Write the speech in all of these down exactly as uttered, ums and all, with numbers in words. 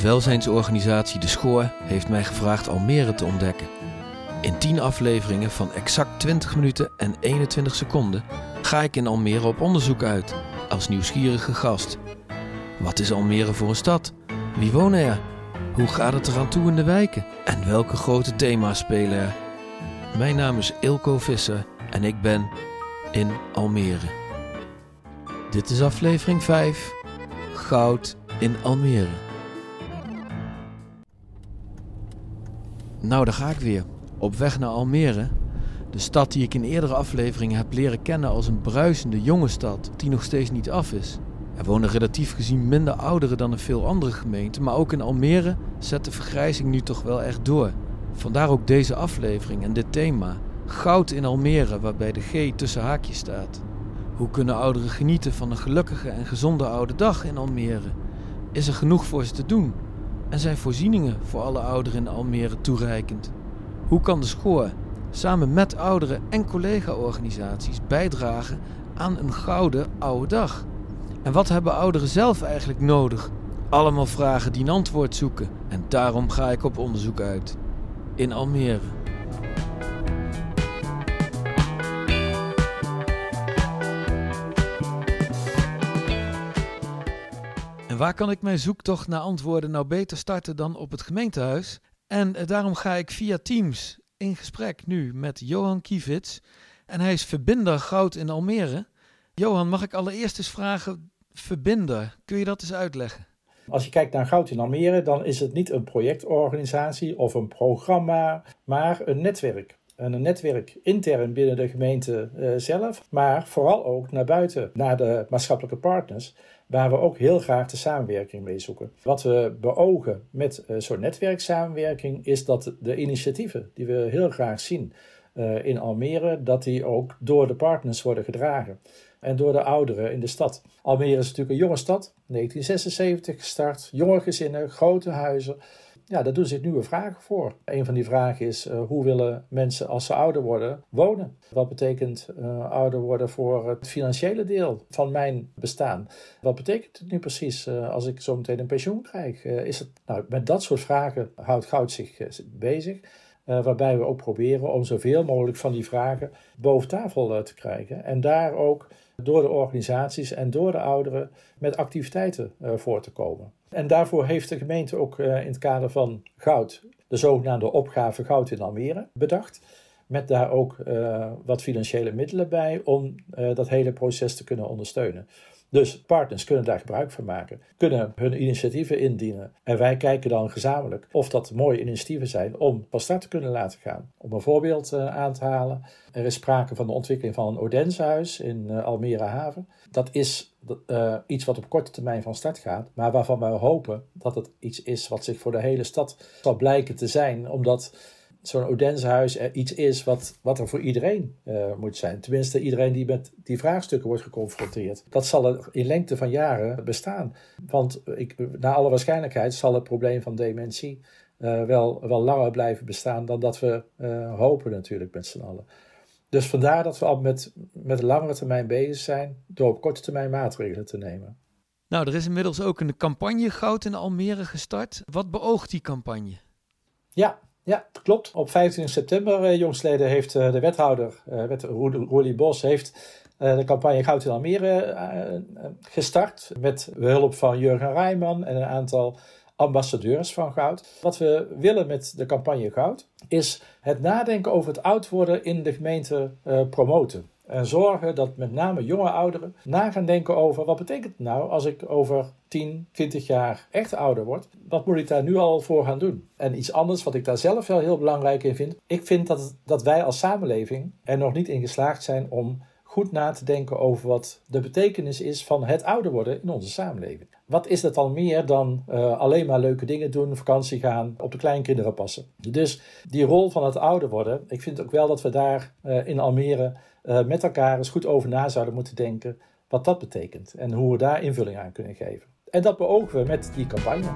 Welzijnsorganisatie De Schoor heeft mij gevraagd Almere te ontdekken. In tien afleveringen van exact twintig minuten en eenentwintig seconden ga ik in Almere op onderzoek uit, als nieuwsgierige gast. Wat is Almere voor een stad? Wie wonen er? Hoe gaat het eraan toe in de wijken? En welke grote thema's spelen er? Mijn naam is Ilko Visser en ik ben in Almere. Dit is aflevering vijf, Goud in Almere. Nou, daar ga ik weer. Op weg naar Almere. De stad die ik in eerdere afleveringen heb leren kennen als een bruisende jonge stad die nog steeds niet af is. Er wonen relatief gezien minder ouderen dan in veel andere gemeenten, maar ook in Almere zet de vergrijzing nu toch wel echt door. Vandaar ook deze aflevering en dit thema, Goud in Almere, waarbij de G tussen haakjes staat. Hoe kunnen ouderen genieten van een gelukkige en gezonde oude dag in Almere? Is er genoeg voor ze te doen? En zijn voorzieningen voor alle ouderen in Almere toereikend? Hoe kan de Schoor samen met ouderen en collega-organisaties bijdragen aan een gouden oude dag? En wat hebben ouderen zelf eigenlijk nodig? Allemaal vragen die een antwoord zoeken. En daarom ga ik op onderzoek uit. In Almere. En waar kan ik mijn zoektocht naar antwoorden nou beter starten dan op het gemeentehuis? En daarom ga ik via Teams in gesprek nu met Johan Kievits. En hij is verbinder Goud in Almere. Johan, mag ik allereerst eens vragen, verbinder, kun je dat eens uitleggen? Als je kijkt naar Goud in Almere, dan is het niet een projectorganisatie of een programma, maar een netwerk. Een netwerk intern binnen de gemeente uh, zelf, maar vooral ook naar buiten, naar de maatschappelijke partners, waar we ook heel graag de samenwerking mee zoeken. Wat we beogen met uh, zo'n netwerksamenwerking is dat de initiatieven die we heel graag zien uh, in Almere, dat die ook door de partners worden gedragen. En door de ouderen in de stad. Almere is natuurlijk een jonge stad, negentien zesenzeventig gestart, jonge gezinnen, grote huizen. Ja, daar doen zich nieuwe vragen voor. Een van die vragen is, uh, hoe willen mensen als ze ouder worden wonen? Wat betekent uh, ouder worden voor het financiële deel van mijn bestaan? Wat betekent het nu precies uh, als ik zo meteen een pensioen krijg? Uh, is het, nou, met dat soort vragen houdt Goud zich uh, bezig. Uh, waarbij we ook proberen om zoveel mogelijk van die vragen boven tafel uh, te krijgen. En daar ook door de organisaties en door de ouderen met activiteiten uh, voor te komen. En daarvoor heeft de gemeente ook uh, in het kader van Goud de zogenaamde opgave Goud in Almere bedacht. Met daar ook uh, wat financiële middelen bij om uh, dat hele proces te kunnen ondersteunen. Dus partners kunnen daar gebruik van maken, kunnen hun initiatieven indienen. En wij kijken dan gezamenlijk of dat mooie initiatieven zijn om van start te kunnen laten gaan. Om een voorbeeld uh, aan te halen. Er is sprake van de ontwikkeling van een Odenshuis in uh, Almere Haven. Dat is uh, iets wat op korte termijn van start gaat, maar waarvan wij hopen dat het iets is wat zich voor de hele stad zal blijken te zijn, omdat zo'n Odenshuis er iets is wat, wat er voor iedereen uh, moet zijn. Tenminste, iedereen die met die vraagstukken wordt geconfronteerd. Dat zal er in lengte van jaren bestaan. Want ik, naar alle waarschijnlijkheid zal het probleem van dementie uh, wel, wel langer blijven bestaan dan dat we uh, hopen natuurlijk met z'n allen. Dus vandaar dat we al met, met langere termijn bezig zijn door op korte termijn maatregelen te nemen. Nou, er is inmiddels ook een campagne Goud in Almere gestart. Wat beoogt die campagne? Ja. Ja, dat klopt. Op vijftien september, eh, jongstleden, heeft uh, de wethouder, uh, wet Roelie Bos, heeft uh, de campagne Goud in Almere uh, gestart. Met behulp van Jurgen Rijman en een aantal ambassadeurs van Goud. Wat we willen met de campagne Goud is het nadenken over het oud worden in de gemeente uh, promoten. En zorgen dat met name jonge ouderen na gaan denken over wat betekent het nou als ik over tien, twintig jaar echt ouder word. Wat moet ik daar nu al voor gaan doen? En iets anders wat ik daar zelf wel heel belangrijk in vind. Ik vind dat, dat wij als samenleving er nog niet in geslaagd zijn om goed na te denken over wat de betekenis is van het ouder worden in onze samenleving. Wat is dat al meer dan uh, alleen maar leuke dingen doen, vakantie gaan, op de kleinkinderen passen. Dus die rol van het ouder worden, ik vind ook wel dat we daar uh, in Almere uh, met elkaar eens goed over na zouden moeten denken wat dat betekent en hoe we daar invulling aan kunnen geven. En dat beogen we met die campagne.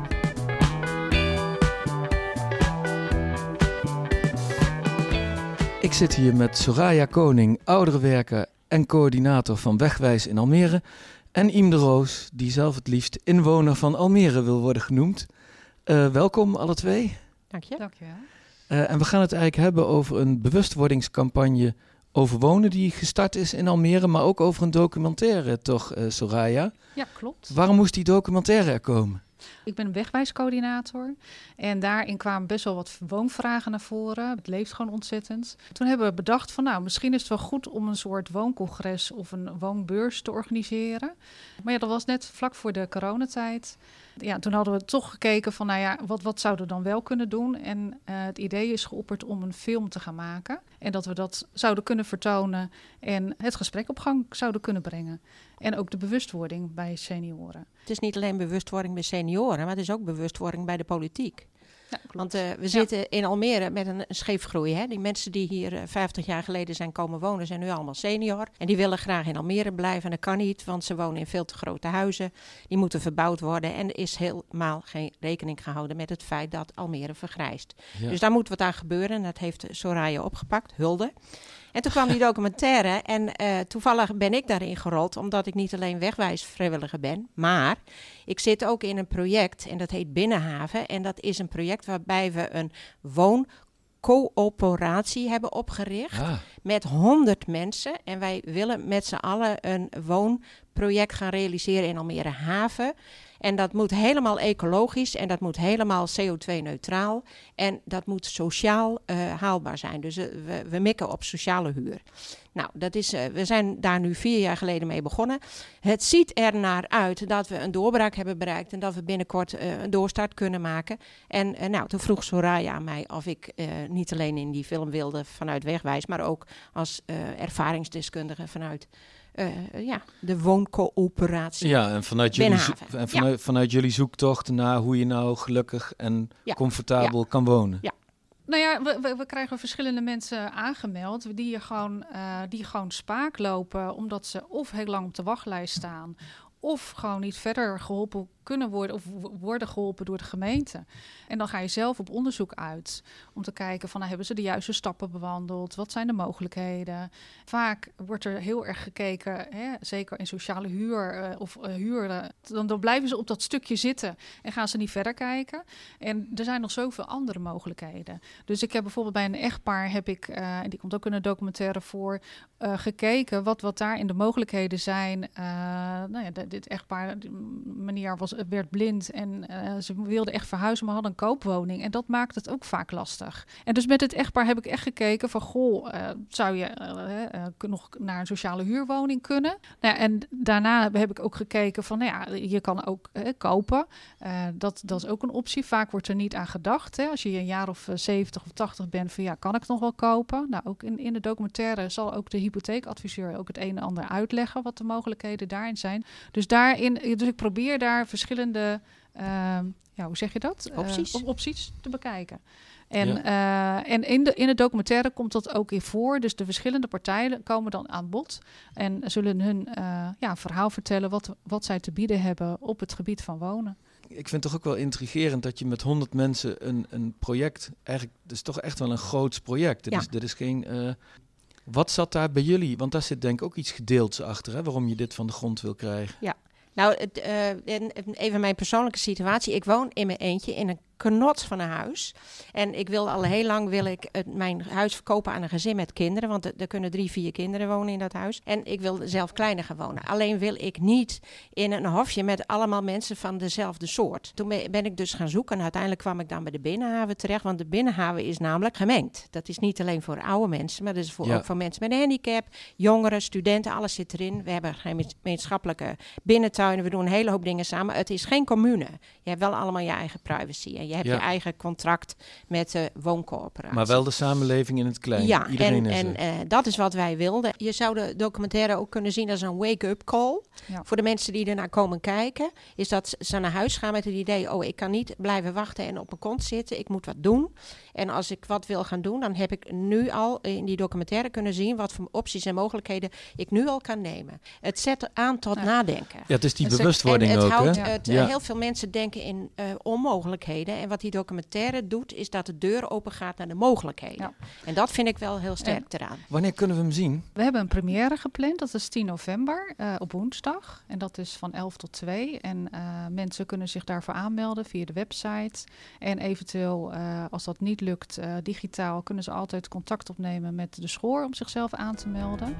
Ik zit hier met Soraya Koning, ouderenwerker en coördinator van Wegwijs in Almere. En Iem de Roos, die zelf het liefst inwoner van Almere wil worden genoemd. Uh, welkom alle twee. Dank je. Dank je wel. Uh, en we gaan het eigenlijk hebben over een bewustwordingscampagne over wonen die gestart is in Almere, maar ook over een documentaire, toch, uh, Soraya? Ja, klopt. Waarom moest die documentaire er komen? Ik ben een wegwijscoördinator en daarin kwamen best wel wat woonvragen naar voren. Het leeft gewoon ontzettend. Toen hebben we bedacht van nou, misschien is het wel goed om een soort wooncongres of een woonbeurs te organiseren. Maar ja, dat was net vlak voor de coronatijd. Ja, toen hadden we toch gekeken van nou ja, wat, wat zouden we dan wel kunnen doen? En uh, het idee is geopperd om een film te gaan maken. En dat we dat zouden kunnen vertonen en het gesprek op gang zouden kunnen brengen. En ook de bewustwording bij senioren. Het is niet alleen bewustwording bij senioren, maar het is ook bewustwording bij de politiek. Ja, Want uh, we zitten ja. in Almere met een, een scheefgroei. Hè? Die mensen die hier uh, vijftig jaar geleden zijn komen wonen, zijn nu allemaal senior. En die willen graag in Almere blijven. En dat kan niet, want ze wonen in veel te grote huizen. Die moeten verbouwd worden. En er is helemaal geen rekening gehouden met het feit dat Almere vergrijst. Ja. Dus daar moet wat aan gebeuren. En dat heeft Soraya opgepakt, hulde. En toen kwam die documentaire en uh, toevallig ben ik daarin gerold, omdat ik niet alleen wegwijsvrijwilliger ben, maar ik zit ook in een project en dat heet Binnenhaven. En dat is een project waarbij we een wooncoöperatie hebben opgericht ah. met honderd mensen. En wij willen met z'n allen een woonproject gaan realiseren in Almere Haven. En dat moet helemaal ecologisch en dat moet helemaal C O twee neutraal. En dat moet sociaal uh, haalbaar zijn. Dus uh, we, we mikken op sociale huur. Nou, dat is, uh, we zijn daar nu vier jaar geleden mee begonnen. Het ziet er naar uit dat we een doorbraak hebben bereikt en dat we binnenkort uh, een doorstart kunnen maken. En uh, nou, toen vroeg Soraya aan mij of ik uh, niet alleen in die film wilde vanuit Wegwijs, maar ook als uh, ervaringsdeskundige vanuit Uh, ja, de wooncoöperatie. Ja, en vanuit jullie, zo- en vanuit, ja. vanuit jullie zoektocht naar hoe je nou gelukkig en ja. comfortabel ja. kan wonen. Ja. Nou ja, we, we, we krijgen verschillende mensen aangemeld die, je gewoon, uh, die gewoon spaak lopen omdat ze of heel lang op de wachtlijst staan of gewoon niet verder geholpen kunnen worden of worden geholpen door de gemeente. En dan ga je zelf op onderzoek uit om te kijken van nou, hebben ze de juiste stappen bewandeld? Wat zijn de mogelijkheden? Vaak wordt er heel erg gekeken, hè, zeker in sociale huur uh, of uh, huren, dan, dan blijven ze op dat stukje zitten en gaan ze niet verder kijken. En er zijn nog zoveel andere mogelijkheden. Dus ik heb bijvoorbeeld bij een echtpaar heb ik, uh, en die komt ook in een documentaire voor, uh, gekeken wat, wat daar in de mogelijkheden zijn. Uh, nou ja, dit echtpaar, meneer was werd blind en uh, ze wilden echt verhuizen, maar hadden een koopwoning. En dat maakt het ook vaak lastig. En dus met het echtpaar heb ik echt gekeken van, goh, uh, zou je uh, uh, nog naar een sociale huurwoning kunnen? Nou ja, en daarna heb ik ook gekeken van, nou ja, je kan ook uh, kopen. Uh, dat, dat is ook een optie. Vaak wordt er niet aan gedacht. Hè? Als je een jaar of zeventig of tachtig bent, van ja, kan ik nog wel kopen? Nou, ook in, in de documentaire zal ook de hypotheekadviseur ook het een en ander uitleggen wat de mogelijkheden daarin zijn. Dus daarin, dus ik probeer daar verschillende, uh, ja, hoe zeg je dat? Opties. Uh, opties te bekijken. En, ja. uh, en in, de, in de documentaire komt dat ook in voor. Dus de verschillende partijen komen dan aan bod en zullen hun uh, ja, verhaal vertellen wat, wat zij te bieden hebben op het gebied van wonen. Ik vind het toch ook wel intrigerend dat je met honderd mensen een, een project, eigenlijk, dat is toch echt wel een groots project. Dit, ja. is, dit is geen... Uh, wat zat daar bij jullie? Want daar zit denk ik ook iets gedeelds achter, hè, waarom je dit van de grond wil krijgen. Ja, nou, het, uh, even mijn persoonlijke situatie. Ik woon in mijn eentje in een knot van een huis. En ik wil al heel lang wil ik het, mijn huis verkopen aan een gezin met kinderen. Want er, er kunnen drie, vier kinderen wonen in dat huis. En ik wil zelf kleiner gaan wonen. Alleen wil ik niet in een hofje met allemaal mensen van dezelfde soort. Toen ben ik dus gaan zoeken. En uiteindelijk kwam ik dan bij de Binnenhaven terecht. Want de Binnenhaven is namelijk gemengd. Dat is niet alleen voor oude mensen. Maar dat is voor, ja. ook voor mensen met een handicap. Jongeren, studenten, alles zit erin. We hebben geen gemeenschappelijke binnentuinen. We doen een hele hoop dingen samen. Het is geen commune. Je hebt wel allemaal je eigen privacy. En je hebt ja. je eigen contract met de wooncoöperatie. Maar wel de samenleving in het klein. Ja, Iedereen en, is en uh, dat is wat wij wilden. Je zou de documentaire ook kunnen zien als een wake-up call. Ja. Voor de mensen die ernaar komen kijken. Is dat ze naar huis gaan met het idee, oh, ik kan niet blijven wachten en op mijn kont zitten. Ik moet wat doen. En als ik wat wil gaan doen, dan heb ik nu al in die documentaire kunnen zien wat voor opties en mogelijkheden ik nu al kan nemen. Het zet aan tot ja. nadenken. Ja, het is die bewustwording en het ook. Houdt, hè? Het, ja. Heel veel mensen denken in uh, onmogelijkheden. En wat die documentaire doet, is dat de deur open gaat naar de mogelijkheden. Ja. En dat vind ik wel heel sterk en eraan. Wanneer kunnen we hem zien? We hebben een première gepland, dat is tien november uh, op woensdag. En dat is van elf tot twee. En uh, mensen kunnen zich daarvoor aanmelden via de website. En eventueel, uh, als dat niet lukt, uh, digitaal, kunnen ze altijd contact opnemen met de Schoor om zichzelf aan te melden.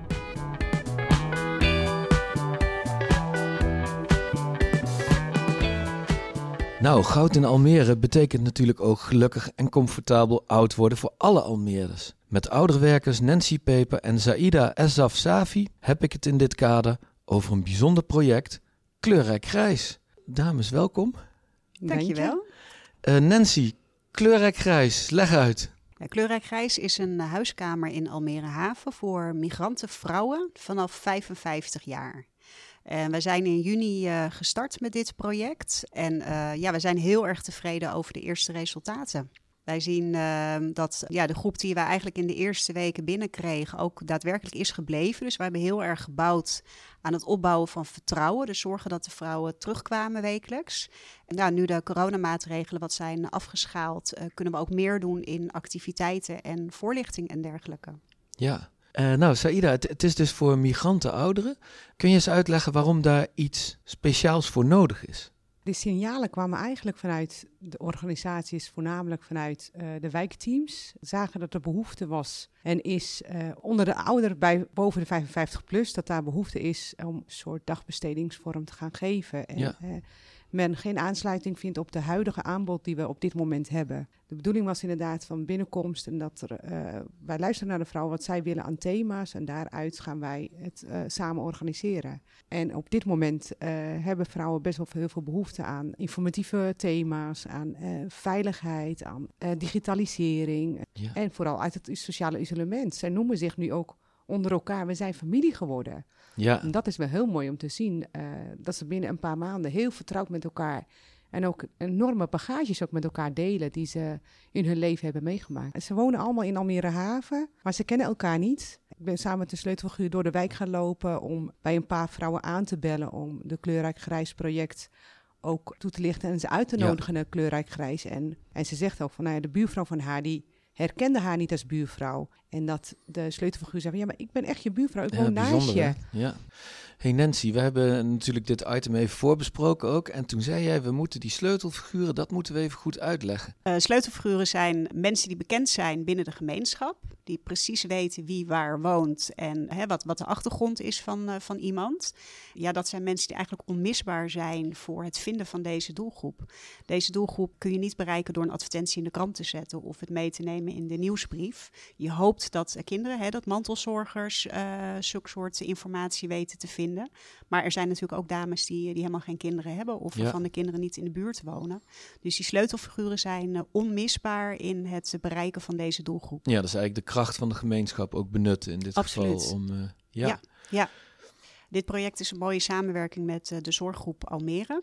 Nou, goud in Almere betekent natuurlijk ook gelukkig en comfortabel oud worden voor alle Almeerders. Met ouderwerkers Nancy Peper en Zaida Essaf Safi heb ik het in dit kader over een bijzonder project, Kleurrijk Grijs. Dames, welkom. Dankjewel. Uh, Nancy, Kleurrijk Grijs, leg uit. Ja, Kleurrijk Grijs is een huiskamer in Almere Haven voor migrantenvrouwen vanaf vijfenvijftig jaar. Uh, wij zijn in juni uh, gestart met dit project en uh, ja, we zijn heel erg tevreden over de eerste resultaten. Wij zien uh, dat ja, de groep die wij eigenlijk in de eerste weken binnenkregen ook daadwerkelijk is gebleven. Dus we hebben heel erg gebouwd aan het opbouwen van vertrouwen. Dus zorgen dat de vrouwen terugkwamen wekelijks. En nou, nu de coronamaatregelen wat zijn afgeschaald, uh, kunnen we ook meer doen in activiteiten en voorlichting en dergelijke. Ja. Uh, nou, Zaida, het, het is dus voor migranten ouderen. Kun je eens uitleggen waarom daar iets speciaals voor nodig is? De signalen kwamen eigenlijk vanuit de organisaties, voornamelijk vanuit uh, de wijkteams. Zagen dat er behoefte was en is uh, onder de ouderen bij boven de vijfenvijftig plus... dat daar behoefte is om een soort dagbestedingsvorm te gaan geven. En, ja. uh, men geen aansluiting vindt op de huidige aanbod die we op dit moment hebben. De bedoeling was inderdaad van binnenkomst en dat er, uh, wij luisteren naar de vrouwen wat zij willen aan thema's en daaruit gaan wij het uh, samen organiseren. En op dit moment uh, hebben vrouwen best wel heel veel behoefte aan informatieve thema's, aan uh, veiligheid, aan uh, digitalisering ja. en vooral uit het sociale isolement. Zij noemen zich nu ook onder elkaar, we zijn familie geworden. Ja. En dat is wel heel mooi om te zien, uh, dat ze binnen een paar maanden heel vertrouwd met elkaar en ook enorme bagages ook met elkaar delen die ze in hun leven hebben meegemaakt. En ze wonen allemaal in Almere Haven, maar ze kennen elkaar niet. Ik ben samen met de sleutelfiguur door de wijk gaan lopen om bij een paar vrouwen aan te bellen om de Kleurrijk Grijs project ook toe te lichten en ze uit te nodigen ja. naar Kleurrijk Grijs. En, en ze zegt ook van, nou ja, de buurvrouw van haar die herkende haar niet als buurvrouw. En dat de sleutelfiguur zei van, ja, maar ik ben echt je buurvrouw, ik woon ja, naast je. Ja. Hey Nancy, we hebben natuurlijk dit item even voorbesproken ook. En toen zei jij, we moeten die sleutelfiguren, dat moeten we even goed uitleggen. Uh, sleutelfiguren zijn mensen die bekend zijn binnen de gemeenschap. Die precies weten wie waar woont en hè, wat, wat de achtergrond is van, uh, van iemand. Ja, dat zijn mensen die eigenlijk onmisbaar zijn voor het vinden van deze doelgroep. Deze doelgroep kun je niet bereiken door een advertentie in de krant te zetten of het mee te nemen in de nieuwsbrief. Je hoopt dat uh, kinderen, hè, dat mantelzorgers uh, zulke soort informatie weten te vinden. Maar er zijn natuurlijk ook dames die, die helemaal geen kinderen hebben of waarvan ja. de kinderen niet in de buurt wonen. Dus die sleutelfiguren zijn uh, onmisbaar in het bereiken van deze doelgroep. Ja, dat is eigenlijk de kracht van de gemeenschap ook benutten in dit Absoluut. geval. Om, uh, ja. Ja, ja, dit project is een mooie samenwerking met uh, de zorggroep Almere.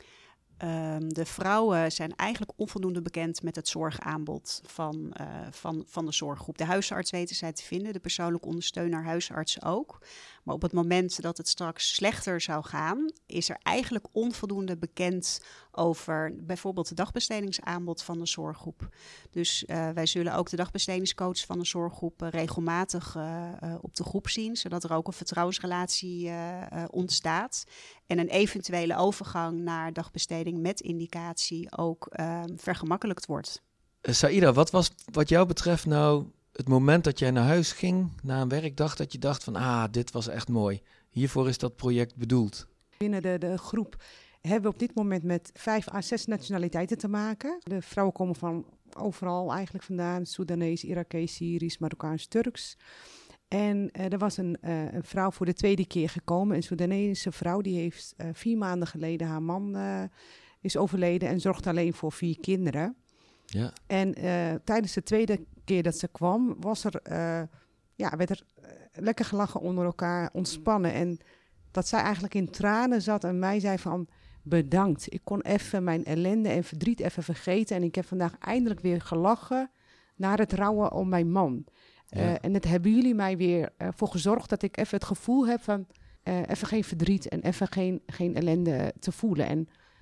Um, de vrouwen zijn eigenlijk onvoldoende bekend met het zorgaanbod van, uh, van, van de zorggroep. De huisarts weten zij te vinden, de persoonlijk ondersteuner huisarts ook. Maar op het moment dat het straks slechter zou gaan, is er eigenlijk onvoldoende bekend over bijvoorbeeld het dagbestedingsaanbod van de zorggroep. Dus uh, wij zullen ook de dagbestedingscoach van de zorggroep uh, regelmatig uh, uh, op de groep zien, zodat er ook een vertrouwensrelatie uh, uh, ontstaat. En een eventuele overgang naar dagbesteding met indicatie ook uh, vergemakkelijkt wordt. Uh, Zaida, wat was wat jou betreft nou het moment dat jij naar huis ging, na een werkdag, dat je dacht van, ah, dit was echt mooi. Hiervoor is dat project bedoeld. Binnen de, de groep hebben we op dit moment met vijf à zes nationaliteiten te maken. De vrouwen komen van overal eigenlijk vandaan. Soedanees, Irakees, Syrisch, Marokkaans, Turks. En uh, er was een, uh, een vrouw voor de tweede keer gekomen. Een Soedanese vrouw, die heeft uh, vier maanden geleden haar man uh, is overleden en zorgt alleen voor vier kinderen. Ja. En uh, tijdens de tweede keer dat ze kwam, was er, uh, ja, werd er uh, lekker gelachen onder elkaar, ontspannen. En dat zij eigenlijk in tranen zat en mij zei van, bedankt. Ik kon even mijn ellende en verdriet even vergeten. En ik heb vandaag eindelijk weer gelachen naar het rouwen om mijn man. Ja. Uh, en het hebben jullie mij weer uh, voor gezorgd dat ik even het gevoel heb van uh, even geen verdriet en even geen, geen ellende te voelen. En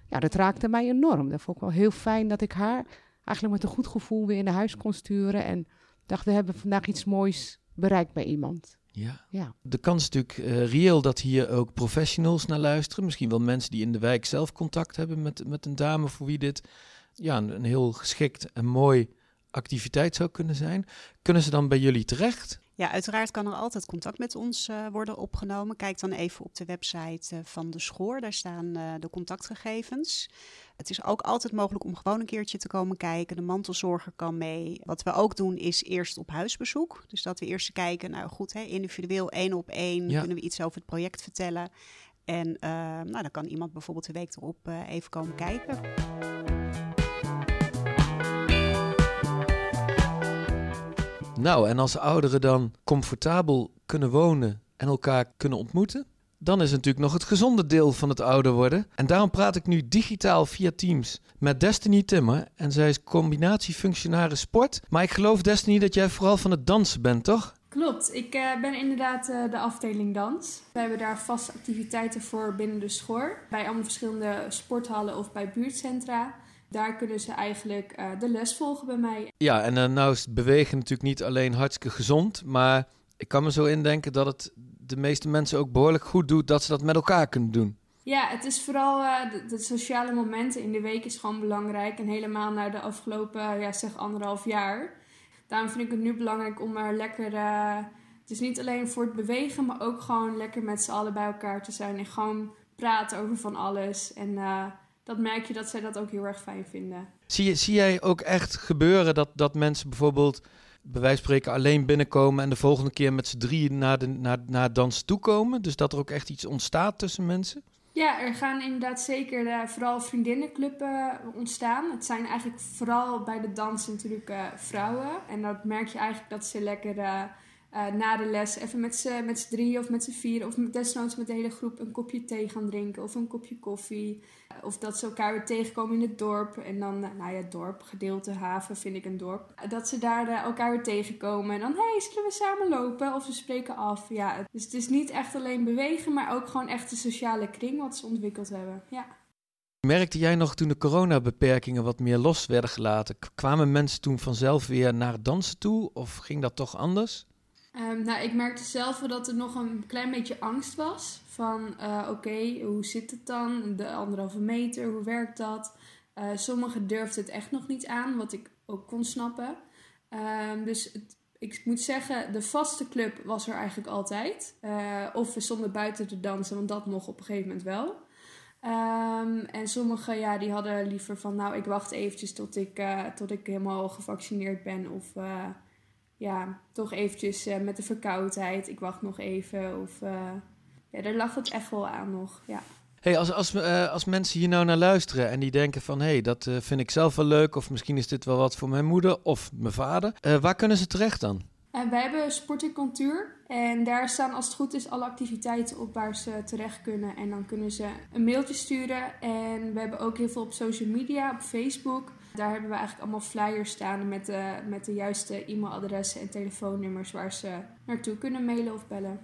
ja, dat raakte mij enorm. Dat vond ik wel heel fijn dat ik haar eigenlijk met een goed gevoel weer naar huis kon sturen. En dacht, we hebben vandaag iets moois bereikt bij iemand. Ja. Ja. De kans is natuurlijk uh, reëel dat hier ook professionals naar luisteren. Misschien wel mensen die in de wijk zelf contact hebben met, met een dame voor wie dit ja, een, een heel geschikt en mooi activiteit zou kunnen zijn. Kunnen ze dan bij jullie terecht? Ja, uiteraard kan er altijd contact met ons uh, worden opgenomen. Kijk dan even op de website uh, van de Schoor. Daar staan uh, de contactgegevens. Het is ook altijd mogelijk om gewoon een keertje te komen kijken. De mantelzorger kan mee. Wat we ook doen is eerst op huisbezoek. Dus dat we eerst kijken, nou goed, hè, individueel één op één ja. kunnen we iets over het project vertellen. En uh, nou, dan kan iemand bijvoorbeeld de week erop uh, even komen kijken. Nou, en als ouderen dan comfortabel kunnen wonen en elkaar kunnen ontmoeten, dan is natuurlijk nog het gezonde deel van het ouder worden. En daarom praat ik nu digitaal via Teams met Destiny Timmer. En zij is combinatiefunctionaris sport. Maar ik geloof, Destiny, dat jij vooral van het dansen bent, toch? Klopt, ik uh, ben inderdaad uh, de afdeling dans. We hebben daar vaste activiteiten voor binnen de Schoor. Bij allemaal verschillende sporthallen of bij buurtcentra. Daar kunnen ze eigenlijk uh, de les volgen bij mij. Ja, en uh, nou is bewegen natuurlijk niet alleen hartstikke gezond. Maar ik kan me zo indenken dat het de meeste mensen ook behoorlijk goed doet dat ze dat met elkaar kunnen doen. Ja, het is vooral uh, de, de sociale momenten in de week is gewoon belangrijk. En helemaal na de afgelopen, ja, zeg anderhalf jaar. Daarom vind ik het nu belangrijk om er lekker... Uh, het is niet alleen voor het bewegen, maar ook gewoon lekker met z'n allen bij elkaar te zijn. En gewoon praten over van alles. En uh, dat merk je dat zij dat ook heel erg fijn vinden. Zie, je, zie jij ook echt gebeuren dat, dat mensen bijvoorbeeld bij wijze van spreken alleen binnenkomen en de volgende keer met z'n drieën naar, de, naar, naar het dansen toekomen? Dus dat er ook echt iets ontstaat tussen mensen? Ja, er gaan inderdaad zeker uh, vooral vriendinnenclubs uh, ontstaan. Het zijn eigenlijk vooral bij de dans natuurlijk uh, vrouwen. En dat merk je eigenlijk dat ze lekker uh, uh, na de les even met z'n, met z'n drieën of met z'n vier of desnoods met de hele groep een kopje thee gaan drinken of een kopje koffie. Uh, of dat ze elkaar weer tegenkomen in het dorp. En dan, uh, nou ja, dorp, gedeelte haven vind ik een dorp. Uh, dat ze daar uh, elkaar weer tegenkomen en dan, hé, hey, zullen we samen lopen? Of ze spreken af. Ja, dus het is niet echt alleen bewegen, maar ook gewoon echt de sociale kring wat ze ontwikkeld hebben. Ja. Merkte jij nog toen de coronabeperkingen wat meer los werden gelaten? Kwamen mensen toen vanzelf weer naar het dansen toe of ging dat toch anders? Um, nou, ik merkte zelf wel dat er nog een klein beetje angst was. Van, uh, oké, okay, hoe zit het dan? De anderhalve meter, hoe werkt dat? Uh, sommigen durfden het echt nog niet aan, wat ik ook kon snappen. Um, dus het, ik moet zeggen, de vaste club was er eigenlijk altijd. Uh, of we stonden buiten te dansen, want dat mocht op een gegeven moment wel. Um, en sommigen, ja, die hadden liever van, nou, ik wacht eventjes tot ik, uh, tot ik helemaal gevaccineerd ben. Of... Uh, Ja, toch eventjes uh, met de verkoudheid. Ik wacht nog even. Of uh, ja, daar lag het echt wel aan nog. Ja. Hey, als, als, uh, als mensen hier nou naar luisteren en die denken van... hé, hey, dat uh, vind ik zelf wel leuk. Of misschien is dit wel wat voor mijn moeder of mijn vader. Uh, waar kunnen ze terecht dan? Uh, wij hebben Sport en Cultuur. En daar staan als het goed is alle activiteiten op waar ze terecht kunnen. En dan kunnen ze een mailtje sturen. En we hebben ook heel veel op social media, op Facebook... Daar hebben we eigenlijk allemaal flyers staan met de, met de juiste e-mailadressen en telefoonnummers waar ze naartoe kunnen mailen of bellen.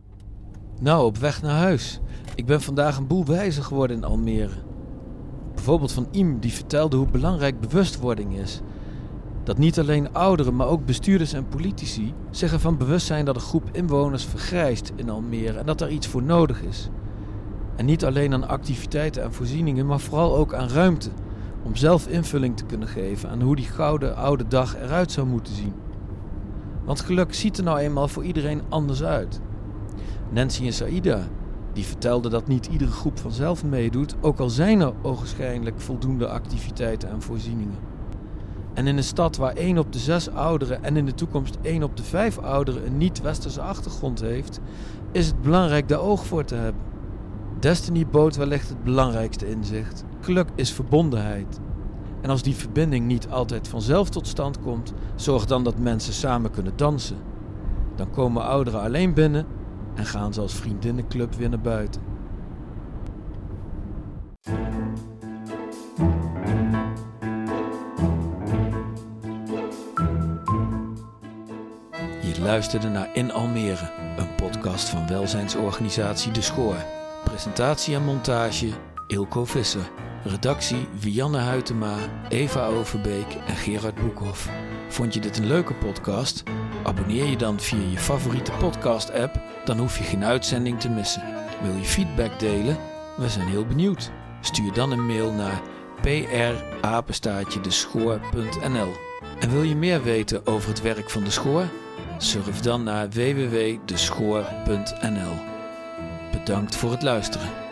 Nou, op weg naar huis. Ik ben vandaag een boel wijzer geworden in Almere. Bijvoorbeeld van Iem, die vertelde hoe belangrijk bewustwording is. Dat niet alleen ouderen, maar ook bestuurders en politici zich ervan bewust zijn dat een groep inwoners vergrijst in Almere en dat daar iets voor nodig is. En niet alleen aan activiteiten en voorzieningen, maar vooral ook aan ruimte. Om zelf invulling te kunnen geven aan hoe die gouden oude dag eruit zou moeten zien. Want geluk ziet er nou eenmaal voor iedereen anders uit. Nancy en Saïda, die vertelden dat niet iedere groep vanzelf meedoet, ook al zijn er ogenschijnlijk voldoende activiteiten en voorzieningen. En in een stad waar één op de zes ouderen en in de toekomst één op de vijf ouderen een niet-westerse achtergrond heeft, is het belangrijk daar oog voor te hebben. Destiny bood wellicht het belangrijkste inzicht. Geluk is verbondenheid. En als die verbinding niet altijd vanzelf tot stand komt, zorg dan dat mensen samen kunnen dansen. Dan komen ouderen alleen binnen en gaan ze als vriendinnenclub weer naar buiten. Je luisterde naar In Almere, een podcast van welzijnsorganisatie De Schoor. Presentatie en montage Ilko Visser. Redactie Wianne Huytema, Eva Overbeek en Gerard Boekhoff. Vond je dit een leuke podcast? Abonneer je dan via je favoriete podcast-app, dan hoef je geen uitzending te missen. Wil je feedback delen? We zijn heel benieuwd. Stuur dan een mail naar p r apenstaartje de schoor punt n l. En wil je meer weten over het werk van De Schoor? Surf dan naar w w w punt de schoor punt n l. Bedankt voor het luisteren.